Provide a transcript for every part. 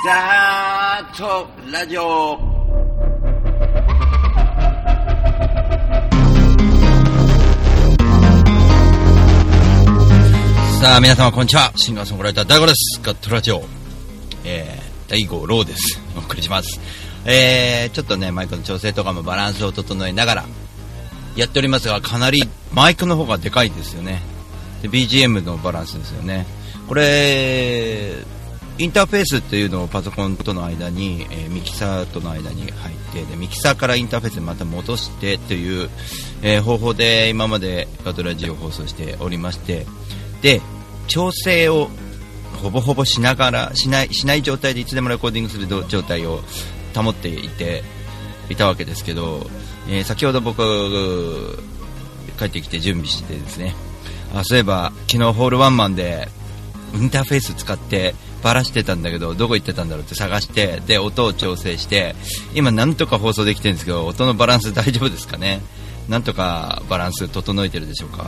ダートラジオ。さあ皆様こんにちは、シンガーソングライター大悟です。ガットラジオ、大悟ローです。お送りします。ちょっとねマイクの調整とかもバランスを整えながらやっておりますが、かなりマイクの方がでかいですよね。で BGM のバランスですよね。これインターフェースっていうのをパソコンとの間に、ミキサーとの間に入ってでミキサーからインターフェースにまた戻してという、方法で今までガトラジオを放送しておりまして、で調整をほぼほぼしながらしない状態でいつでもレコーディングする状態を保っていたわけですけど、先ほど僕帰ってきて準備してですね、そういえば昨日ホールワンマンでインターフェース使ってバラしてたんだけどどこ行ってたんだろうって探して、で音を調整して今なんとか放送できてるんですけど、音のバランス大丈夫ですかね。なんとかバランス整えてるでしょうか。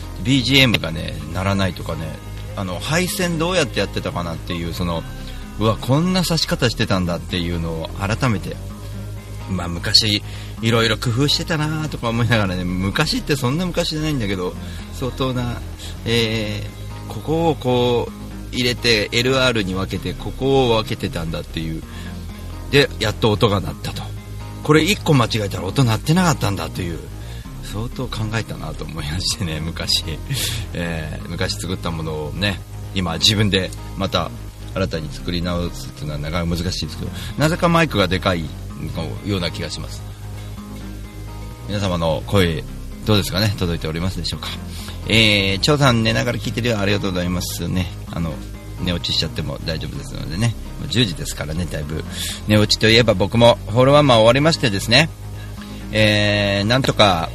BGM がね鳴らないとかね、配線どうやってやってたかなっていう、うわこんな差し方してたんだっていうのを改めて、昔いろいろ工夫してたなとか思いながらね、昔ってそんな昔じゃないんだけど相当な、ここをこう入れて LR に分けてここを分けてたんだっていう、でやっと音が鳴ったと。これ1個間違えたら音鳴ってなかったんだという、相当考えたなと思いましてね、昔作ったものをね今自分でまた新たに作り直すっていうのはなかなか難しいですけど、なぜかマイクがでかいような気がします。皆様の声どうですかね、届いておりますでしょうか。張さん寝ながら聞いてるよ、ありがとうございますね。寝落ちしちゃっても大丈夫ですのでね、10時ですからね、だいぶ寝落ちといえば僕もホールワンマン終わりましてですね、なんとか、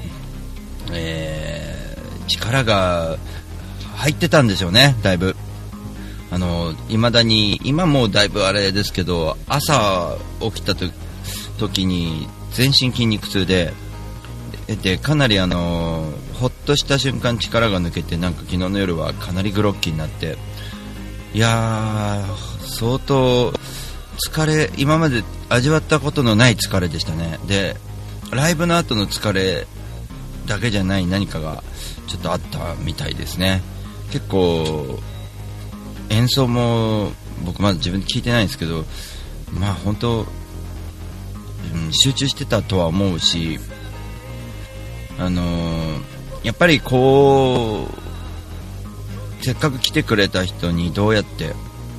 力が入ってたんでしょうね、だいぶ。未だに今もうだいぶあれですけど、朝起きた時に全身筋肉痛でかなりほっとした瞬間力が抜けて、なんか昨日の夜はかなりグロッキーになって、いやー相当疲れ、今まで味わったことのない疲れでしたね。でライブの後の疲れだけじゃない何かがちょっとあったみたいですね。結構演奏も僕まだ自分で聞いてないんですけど、本当、集中してたとは思うし、やっぱりこうせっかく来てくれた人にどうやって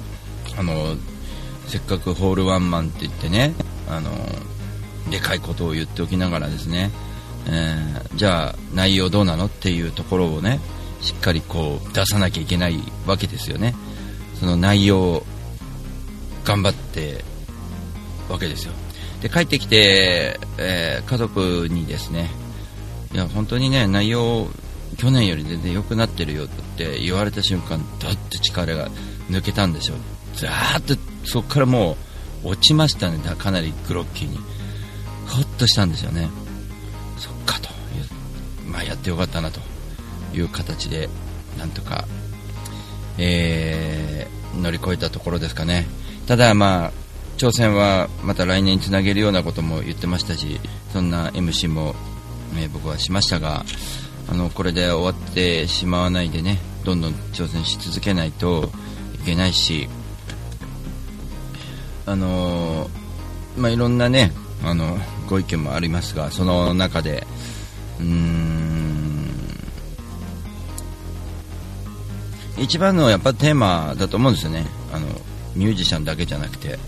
せっかくホールワンマンって言ってね、でかいことを言っておきながらですね、じゃあ内容どうなのっていうところをねしっかりこう出さなきゃいけないわけですよね。その内容を頑張ってわけですよ。で帰ってきて、家族にですね、いや本当にね内容去年より全然良くなってるよって言われた瞬間、だって力が抜けたんでしょ。ザーッとそこからもう落ちましたね。かなりグロッキーにほっとしたんですよね。そっかという、やってよかったなという形でなんとか、乗り越えたところですかね。ただ挑戦はまた来年につなげるようなことも言ってましたし、そんな MC も、僕はしましたが、これで終わってしまわないでね、どんどん挑戦し続けないといけないし、いろんなねご意見もありますが、その中で一番のやっぱテーマだと思うんですよね。ミュージシャンだけじゃなくて、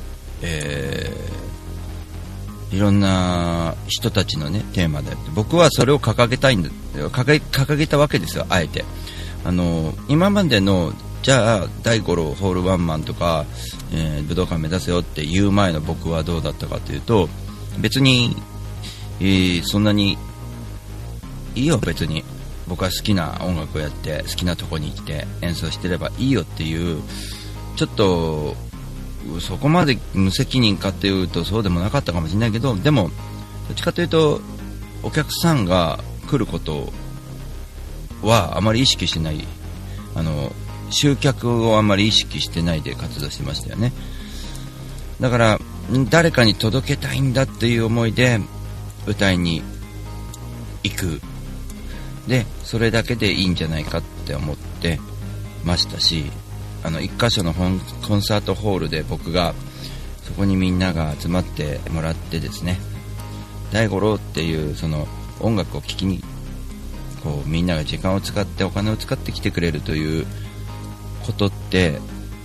いろんな人たちのねテーマであって、僕はそれを掲げたわけですよ、あえて。今までのじゃあ大五郎ホールワンマンとか、武道館目指せよって言う前の僕はどうだったかというと、別に、そんなにいいよ、別に僕は好きな音楽をやって好きなとこに来て演奏してればいいよっていう、ちょっとそこまで無責任かっていうとそうでもなかったかもしれないけど、でもどっちかというとお客さんが来ることはあまり意識してない、集客をあまり意識してないで活動してましたよね。 だから誰かに届けたいんだっていう思いで歌いに行く。でそれだけでいいんじゃないかって思ってましたし、一箇所のコンサートホールで僕がそこにみんなが集まってもらってですね、大五郎っていうその音楽を聴きにこうみんなが時間を使ってお金を使って来てくれるということって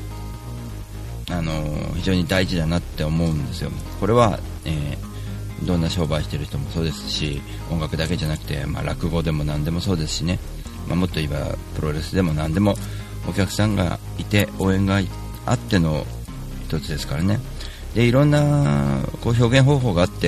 非常に大事だなって思うんですよ。これは、どんな商売してる人もそうですし、音楽だけじゃなくて、落語でも何でもそうですしね、もっと言えばプロレスでも何でもお客さんがいて応援があっての一つですからね。でいろんなこう表現方法があって、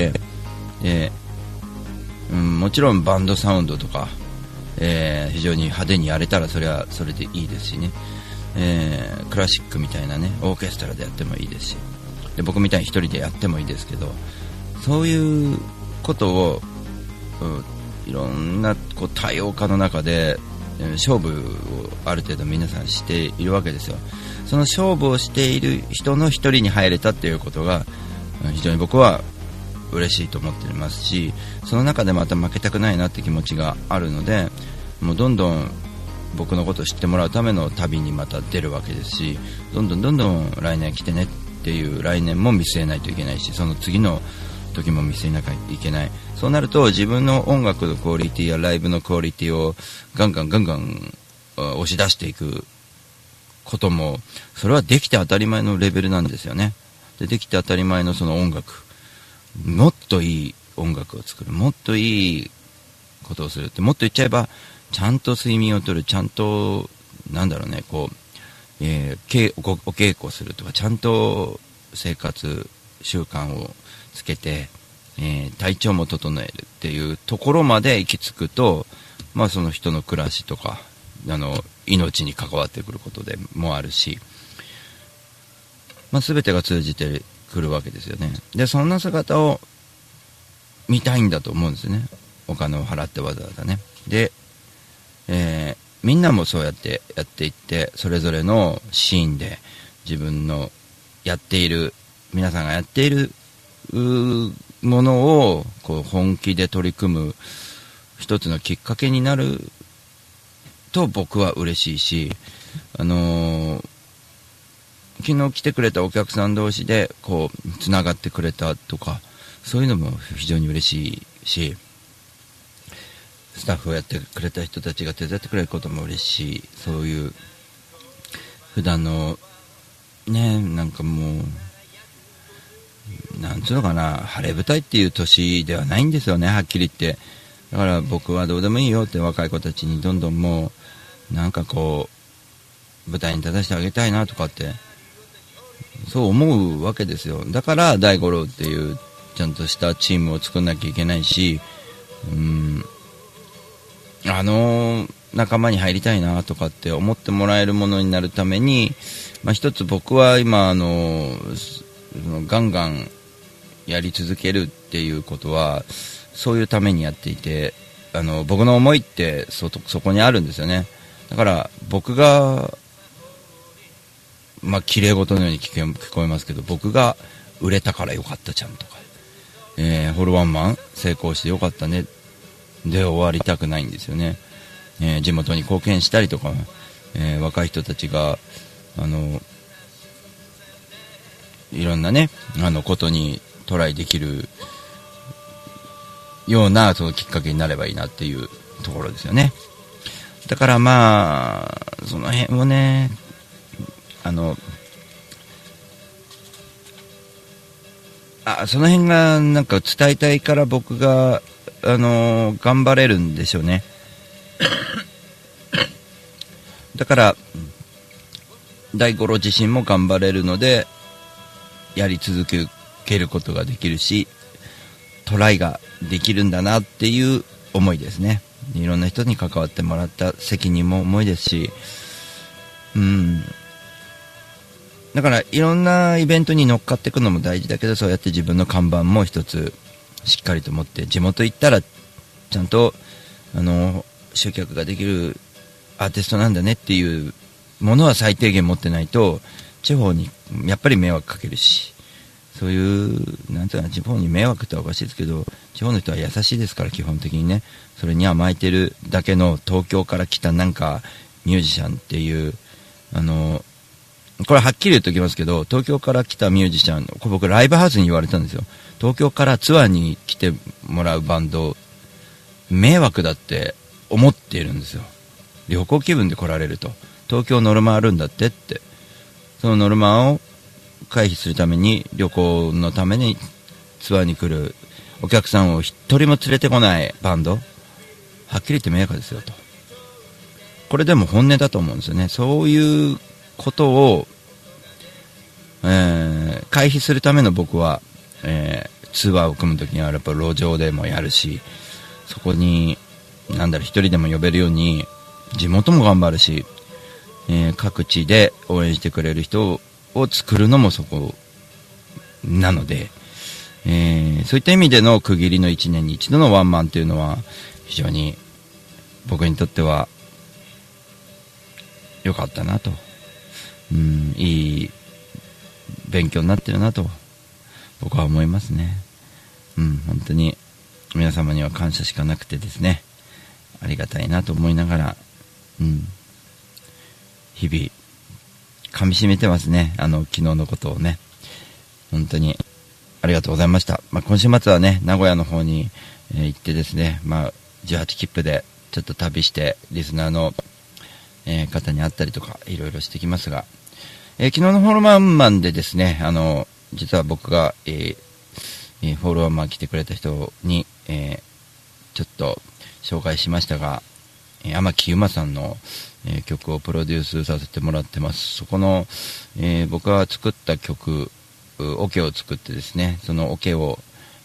もちろんバンドサウンドとか、非常に派手にやれたらそれはそれでいいですしね、クラシックみたいなねオーケストラでやってもいいですし、で僕みたいに一人でやってもいいですけど、そういうことを、いろんなこう多様化の中で、勝負をある程度皆さんしているわけですよ。その勝負をしている人の一人に入れたっていうことが非常に僕は嬉しいと思っていますし、その中でまた負けたくないなって気持ちがあるので、もうどんどん僕のことを知ってもらうための旅にまた出るわけですし、どんどん来年来てねっていう来年も見据えないといけないし、その次の時も見据えなきゃいけない。そうなると自分の音楽のクオリティやライブのクオリティをガンガン押し出していくことも、それはできて当たり前のレベルなんですよね。できて当たり前のその音楽、もっといい音楽を作る、もっといいことをするって、もっと言っちゃえばちゃんと睡眠をとる、ちゃんとなんだろうね、こう、お稽古するとか、ちゃんと生活習慣をつけて、体調も整えるっていうところまで行き着くと、その人の暮らしとか命に関わってくることでもあるし、全てが通じてくるわけですよね。でそんな姿を見たいんだと思うんですよね、お金を払ってわざわざね。で、みんなもそうやってやっていって、それぞれのシーンで自分のやっている、皆さんがやっているものをこう本気で取り組む一つのきっかけになると僕は嬉しいし、昨日来てくれたお客さん同士でこうつながってくれたとか、そういうのも非常に嬉しいし、スタッフをやってくれた人たちが手伝ってくれることも嬉しい。そういう普段のね、なんかもうなんつうのかな、晴れ舞台っていう年ではないんですよね、はっきり言って。だから僕はどうでもいいよって若い子たちにどんどんもうなんかこう舞台に立たせてあげたいなとかってそう思うわけですよ。だから大五郎っていうちゃんとしたチームを作んなきゃいけないし、仲間に入りたいなとかって思ってもらえるものになるために、一つ僕は今ガンガンやり続けるっていうことはそういうためにやっていて、僕の思いってそこにあるんですよね。だから僕が綺麗事のように聞こえますけど、僕が売れたからよかったじゃんとか、ホルワンマン成功してよかったねで終わりたくないんですよね。地元に貢献したりとか、若い人たちがいろんなねことにトライできるようなそのきっかけになればいいなっていうところですよね。だからその辺をね、その辺がなんか伝えたいから僕が頑張れるんでしょうね。だから大五郎自身も頑張れるのでやり続けることができるし、トライができるんだなっていう思いですね。いろんな人に関わってもらった責任も重いですし、だからいろんなイベントに乗っかっていくのも大事だけど、そうやって自分の看板も一つしっかりと持って、地元行ったらちゃんと集客ができるアーティストなんだねっていうものは最低限持ってないと地方にやっぱり迷惑かけるし、 そういうなんていうの、地方に迷惑っておかしいですけど、地方の人は優しいですから、基本的にね。それに甘えてるだけの東京から来たなんかミュージシャンっていう、これはっきり言っときますけど、東京から来たミュージシャン、これ僕ライブハウスに言われたんですよ。東京からツアーに来てもらうバンド迷惑だって思っているんですよ。旅行気分で来られると、東京ノルマあるんだってって、そのノルマを回避するために、旅行のためにツアーに来るお客さんを一人も連れてこないバンド、はっきり言って迷惑ですよと。これでも本音だと思うんですよね。そういうことを、回避するための僕は、ツアーを組むときにはやっぱ路上でもやるし、そこに一人でも呼べるように地元も頑張るし、各地で応援してくれる人を作るのもそこなので、そういった意味での区切りの1年に一度のワンマンというのは非常に僕にとっては良かったなと、いい勉強になってるなと僕は思いますね。本当に皆様には感謝しかなくてですね、ありがたいなと思いながら、日々噛み締めてますね。昨日のことをね、本当にありがとうございました。今週末はね、名古屋の方に、行ってですね、18切符でちょっと旅してリスナーの、方に会ったりとかいろいろしてきますが、昨日のフォロワーマンでですね、実は僕が、フォロワーマン来てくれた人に、ちょっと紹介しましたが、天木ゆまさんの、曲をプロデュースさせてもらってます。そこの、僕が作った曲、オケを作ってですね、そのオケを、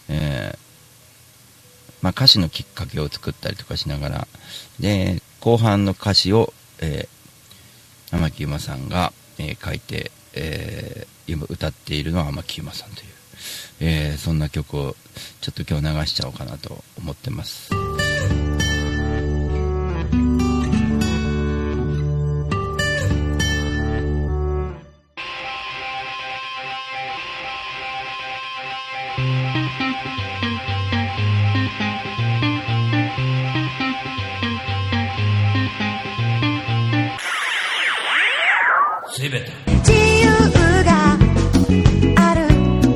歌詞のきっかけを作ったりとかしながら、で後半の歌詞を、天木ゆまさんが、書いて、歌っているのは天木ゆまさんという、そんな曲をちょっと今日流しちゃおうかなと思ってます。すべて自由がある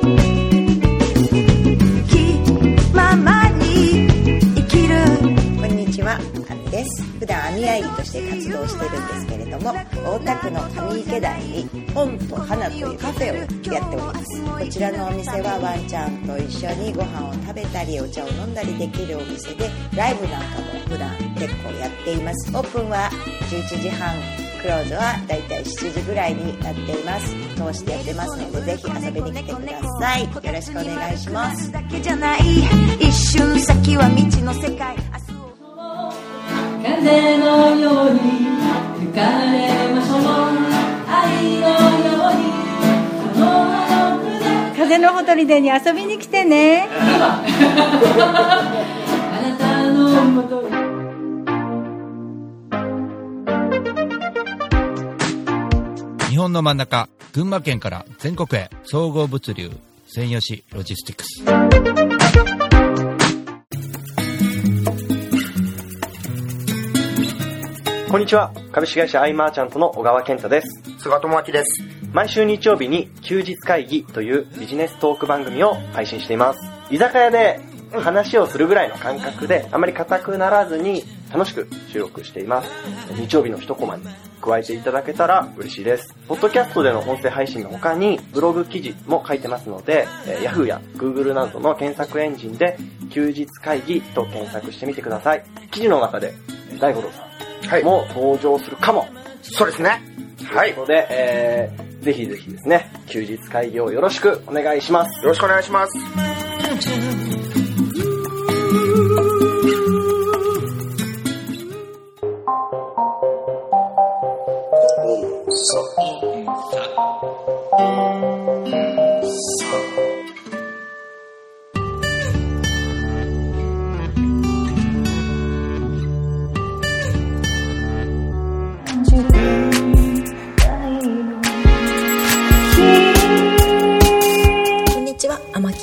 気ままに生きる。 こんにちは、あみです。普段網愛理として活動しているんですけれども、大田区の上池台に本と花というカフェをやっております。こちらのお店はワンちゃんと一緒にご飯を食べたりお茶を飲んだりできるお店で、ライブなんかも普段結構やっています。オープンは11時半、クローズはだいたい7時ぐらいになっています。通してやってますので、ぜひ遊びに来てください。よろしくお願いします。一瞬先は未知の世界、風のように吹かれましょう、愛のように風のほとりでに遊びに来てねあなたのもとに。日本の真ん中、群馬県から全国へ、総合物流千吉ロジスティクス。 こんにちは。株式会社アイマーチャントの小川健太です。 菅智明です。 毎週日曜日に休日会議というビジネストーク番組を配信しています。居酒屋で話をするぐらいの感覚で、あまり硬くならずに楽しく収録しています。日曜日の一コマに加えていただけたら嬉しいです。ポッドキャストでの音声配信の他にブログ記事も書いてますので、Yahoo や Google などの検索エンジンで休日会議と検索してみてください。記事の中で大五郎さんも登場するかも。 そうですね。はい。 ということで、ぜひぜひですね、休日会議をよろしくお願いします。 よろしくお願いします。 こんに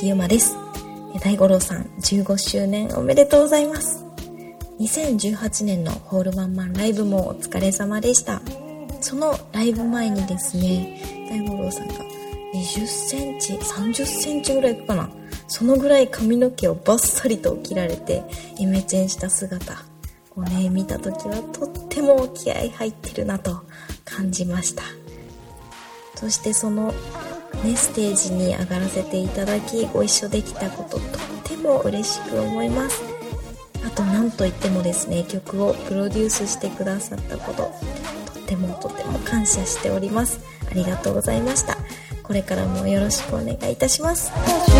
ゆまです。大五郎さん15周年おめでとうございます。2018年のホールワンマンライブもお疲れ様でした。そのライブ前にですね、大五郎さんが20センチ30センチぐらいかな、そのぐらい髪の毛をバッサリと切られてイメチェンした姿をね、見た時はとっても気合入ってるなと感じました。そしてそのね、ステージに上がらせていただきご一緒できたこと、とっても嬉しく思います。あと何といってもですね、曲をプロデュースしてくださったこと、とても感謝しております。ありがとうございました。これからもよろしくお願いいたします。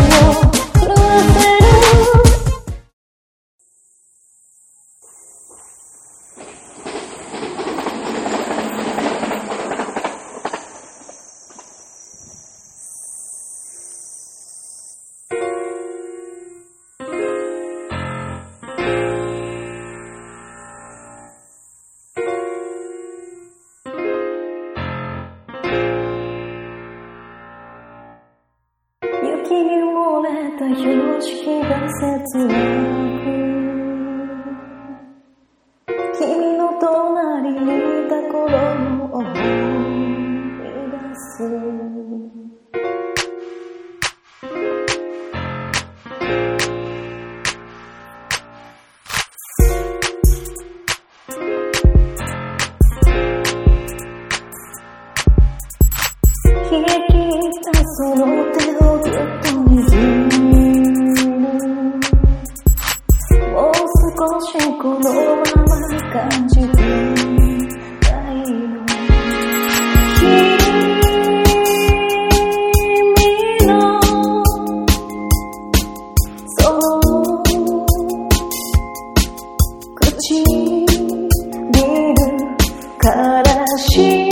雪に漏れた標識が切なく、君の隣にいた頃を思い出す。冷え切ったその手をずっと握る。もう少しこのまま感じてたいの。君のその唇からし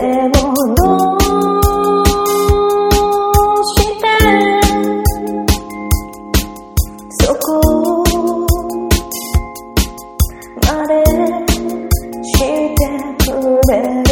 もどうしてそこまでしてくれる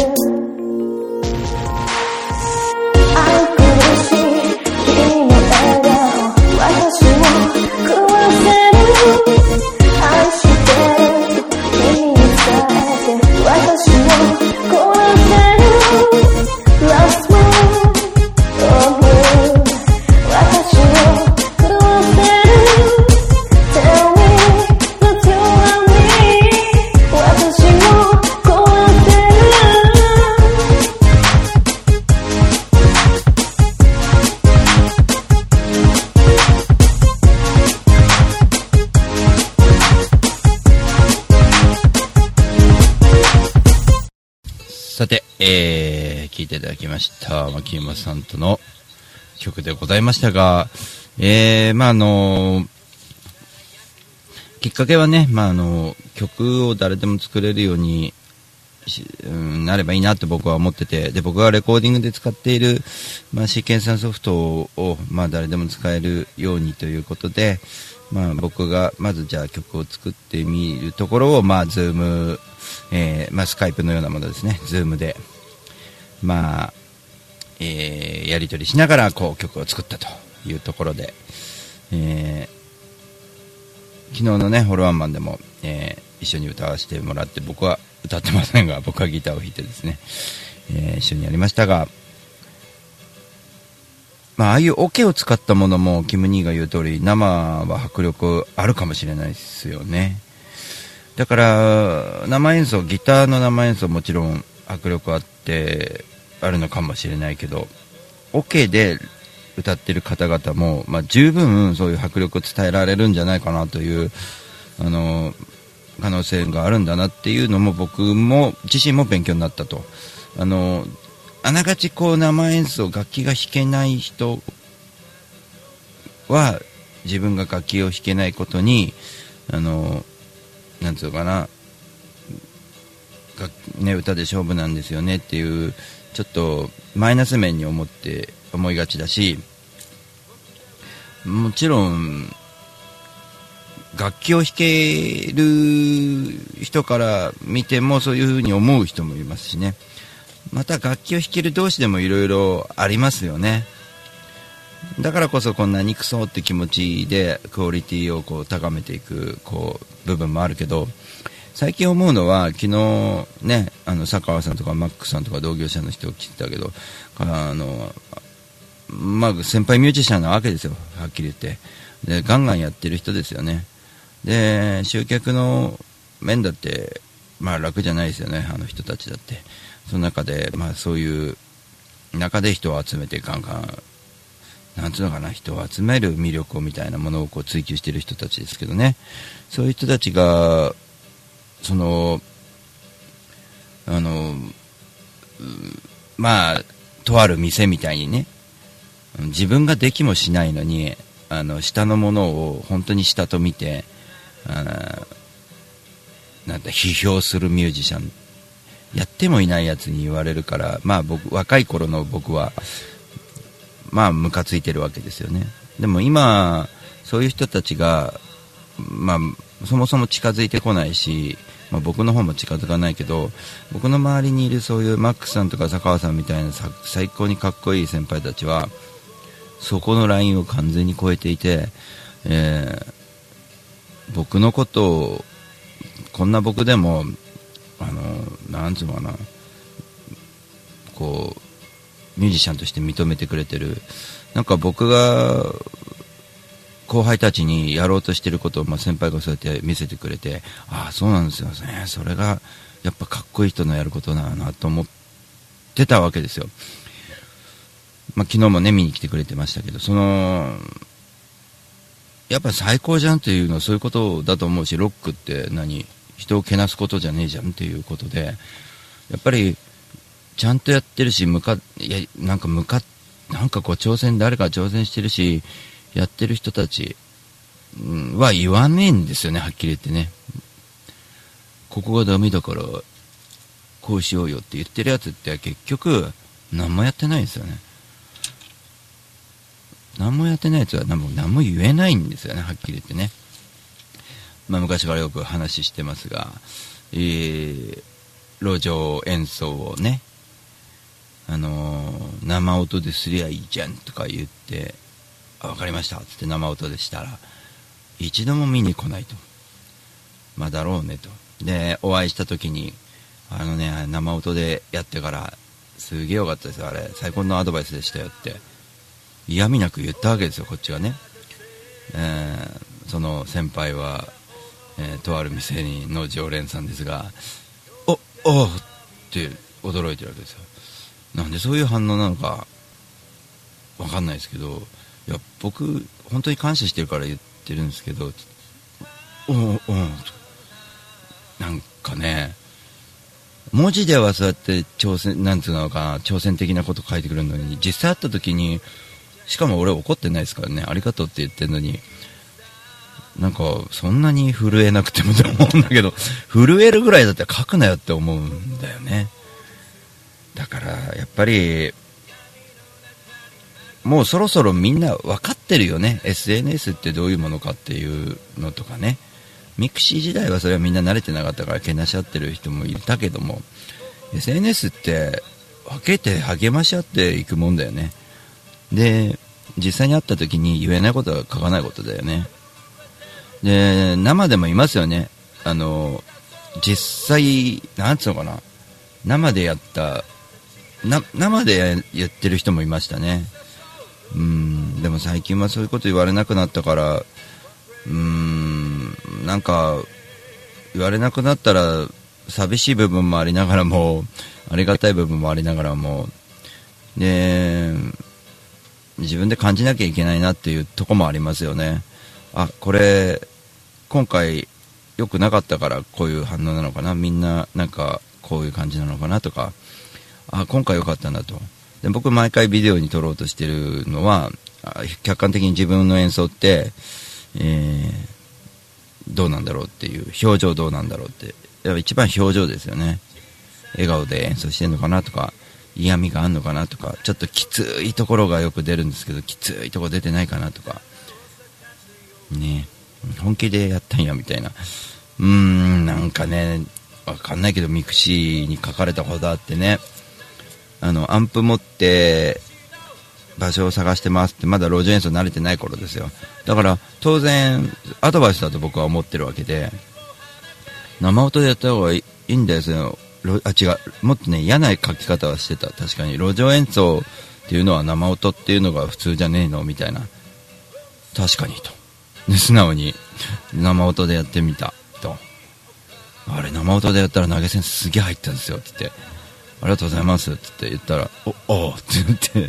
愛くるしい君の笑顔私を食わせる愛してる君に伝えて私を殺せる Last one of you 私を食わせる Tell me that you love me 私を殺せるさて、聴いていただきました牧山さんとの曲でございましたが、きっかけはね、曲を誰でも作れるようになればいいなって僕は思ってて、で僕がレコーディングで使っている、シーケンサーソフトを、誰でも使えるようにということで、僕がまずじゃあ曲を作ってみるところを、ズーム、スカイプのようなものですね、ズームで、やり取りしながらこう曲を作ったというところで、昨日のねホルワンマンでも、一緒に歌わせてもらって、僕は歌ってませんが僕はギターを弾いてですね、一緒にやりましたが、ああいうオケを使ったものもキム兄が言う通り生は迫力あるかもしれないですよね。だから生演奏、ギターの生演奏もちろん迫力あってあるのかもしれないけど、オケで歌ってる方々も、十分そういう迫力を伝えられるんじゃないかなという可能性があるんだなっていうのも僕も自身も勉強になったと。あながちこう生演奏、楽器が弾けない人は自分が楽器を弾けないことになんつうのかな、歌で勝負なんですよねっていうちょっとマイナス面に思いがちだし、もちろん楽器を弾ける人から見てもそういうふうに思う人もいますしね。また楽器を弾ける同士でもいろいろありますよね。だからこそこんなにクソって気持ちでクオリティをこう高めていく部分もあるけど、最近思うのは、昨日ね佐川さんとかマックさんとか同業者の人を聞いてたけど、先輩ミュージシャンなわけですよ、はっきり言って。でガンガンやってる人ですよね。で集客の面だって楽じゃないですよね、あの人たちだって。その中でそういう中で人を集めてガンガンなんつうのかな、人を集める魅力みたいなものをこう追求している人たちですけどね。そういう人たちがとある店みたいにね、自分ができもしないのに下のものを本当に下と見て批評するミュージシャン、やってもいないやつに言われるから、若い頃の僕はムカついてるわけですよね。でも今そういう人たちがそもそも近づいてこないし、僕の方も近づかないけど、僕の周りにいるそういうマックさんとか坂川さんみたいな最高にかっこいい先輩たちはそこのラインを完全に超えていて、僕のことをこんな僕でもなんつうのかな、こうミュージシャンとして認めてくれてる。なんか僕が後輩たちにやろうとしてることを先輩がそうやって見せてくれて、ああそうなんですよね、それがやっぱかっこいい人のやることだなと思ってたわけですよ。昨日もね見に来てくれてましたけど、やっぱ最高じゃんっていうのはそういうことだと思うし、ロックって人をけなすことじゃねえじゃんっていうことで、やっぱりちゃんとやってるし、なんか挑戦、誰か挑戦してるしやってる人たちは言わねえんですよね、はっきり言ってね。ここがダメだからこうしようよって言ってるやつって結局何もやってないんですよね。何もやってないやつは何も言えないんですよね、はっきり言ってね。昔からよく話してますが、路上演奏をね、生音ですりゃいいじゃんとか言って、分かりましたっつって生音でしたら一度も見に来ないと。だろうねと。でお会いした時に生音でやってからすげえよかったですよ、あれ最高のアドバイスでしたよって嫌味なく言ったわけですよ、こっちがね。その先輩は、とある店の常連さんですが、おって驚いてるわけですよ。なんでそういう反応なのかわかんないですけど、いや僕本当に感謝してるから言ってるんですけど、なんかね、文字ではそうやってなんつうのかな、挑戦的なこと書いてくるのに、実際会った時に、しかも俺怒ってないですからね、ありがとうって言ってるのに、なんかそんなに震えなくてもと思うんだけど、震えるぐらいだったら書くなよって思うんだよね。だからやっぱりもうそろそろみんな分かってるよね、 SNS ってどういうものかっていうのとかね。ミクシー時代はそれはみんな慣れてなかったからけなし合ってる人もいたけども、 SNS って分けて励まし合っていくもんだよね。で実際に会った時に言えないことは書かないことだよね。で生でもいますよね、実際なんつうのかな、生でやった生で言ってる人もいましたね。でも最近はそういうこと言われなくなったから、なんか言われなくなったら寂しい部分もありながらもありがたい部分もありながらもで自分で感じなきゃいけないなっていうとこもありますよね。これ今回良くなかったからこういう反応なのかな、みんななんかこういう感じなのかなとか、今回良かったんだと。で僕毎回ビデオに撮ろうとしてるのは、客観的に自分の演奏って、どうなんだろうっていう、表情どうなんだろうって、一番表情ですよね。笑顔で演奏してんのかなとか、嫌味があんのかなとか、ちょっときついところがよく出るんですけど、きついところ出てないかなとかね、本気でやったんやみたいな、なんかね、わかんないけどミクシーに書かれたことあってね、アンプ持って場所を探してますって、まだ路上演奏慣れてない頃ですよ。だから当然アドバイスだと僕は思ってるわけで、生音でやった方がいいんですよ。違う、もっとね嫌な書き方はしてた。確かに路上演奏っていうのは生音っていうのが普通じゃねえのみたいな、確かにとで素直に生音でやってみたと、あれ生音でやったら投げ銭すげえ入ったんですよって言って、ありがとうございますって言ったら、おって言って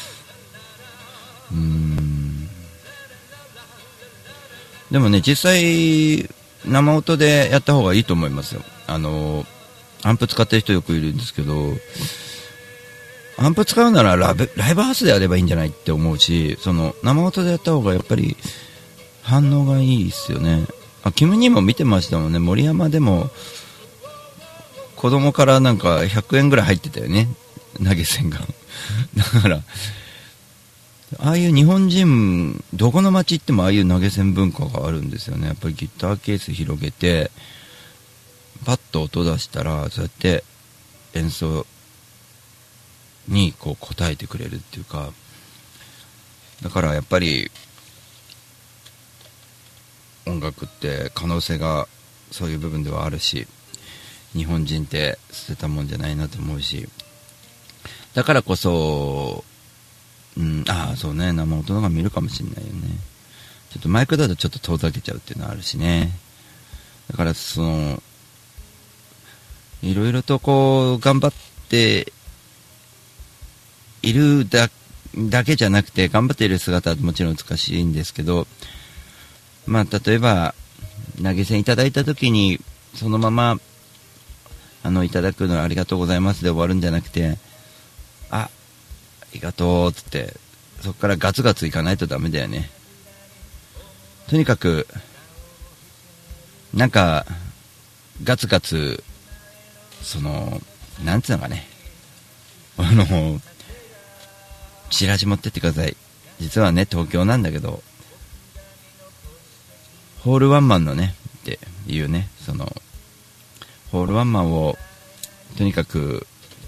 でもね実際生音でやった方がいいと思いますよ。アンプ使ってる人よくいるんですけど、アンプ使うならライブハウスでやればいいんじゃないって思うし、その生音でやった方がやっぱり反応がいいですよね。君にも見てましたもんね。森山でも子供からなんか100円ぐらい入ってたよね、投げ銭がだからああいう日本人どこの町行ってもああいう投げ銭文化があるんですよね。やっぱりギターケース広げてパッと音出したらそうやって演奏にこう応えてくれるっていうか、だからやっぱり音楽って可能性がそういう部分ではあるし、日本人って捨てたもんじゃないなと思うし、だからこそそうね、生音の方が見るかもしれないよね。ちょっとマイクだとちょっと遠ざけちゃうっていうのはあるしね。だからいろいろとこう頑張っているだけじゃなくて、頑張っている姿はもちろん難しいんですけど、例えば投げ銭いただいた時にそのままいただくのありがとうございますで終わるんじゃなくて、ありがとうっつってそこからガツガツいかないとダメだよね。とにかくなんかガツガツなんつうのかね、チラシ持ってってください。実はね、東京なんだけど、ホールワンマンのね、っていうね、その、ホールワンマンを、とにかく、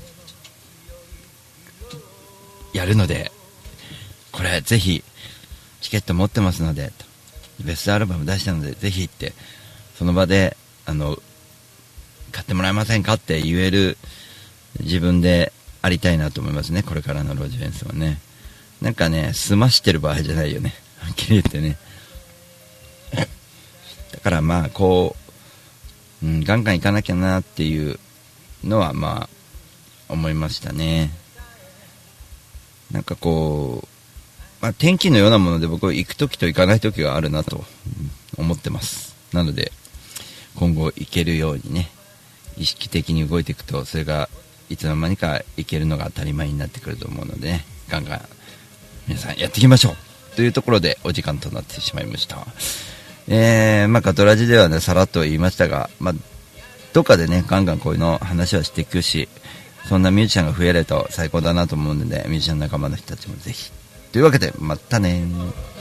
やるので、これ、ぜひ、チケット持ってますので、ベストアルバム出したので、ぜひって、その場で、買ってもらえませんかって言える自分でありたいなと思いますね、これからの路地フェンスはね。なんかね、済ましてる場合じゃないよね、はっきり言ってね。だからまあ、こう、ガンガン行かなきゃなっていうのはまあ、思いましたね。なんかこう、まあ、天気のようなもので僕は行くときと行かないときがあるなと思ってます。なので、今後行けるようにね、意識的に動いていくと、それがいつの間にか行けるのが当たり前になってくると思うのでね、ガンガン皆さんやっていきましょうというところでお時間となってしまいました。まあガトラジではね、さらっと言いましたが、まあどっかでね、ガンガンこういうの話はしていくし、そんなミュージシャンが増えると最高だなと思うので、ミュージシャン仲間の人たちもぜひというわけで、またねー。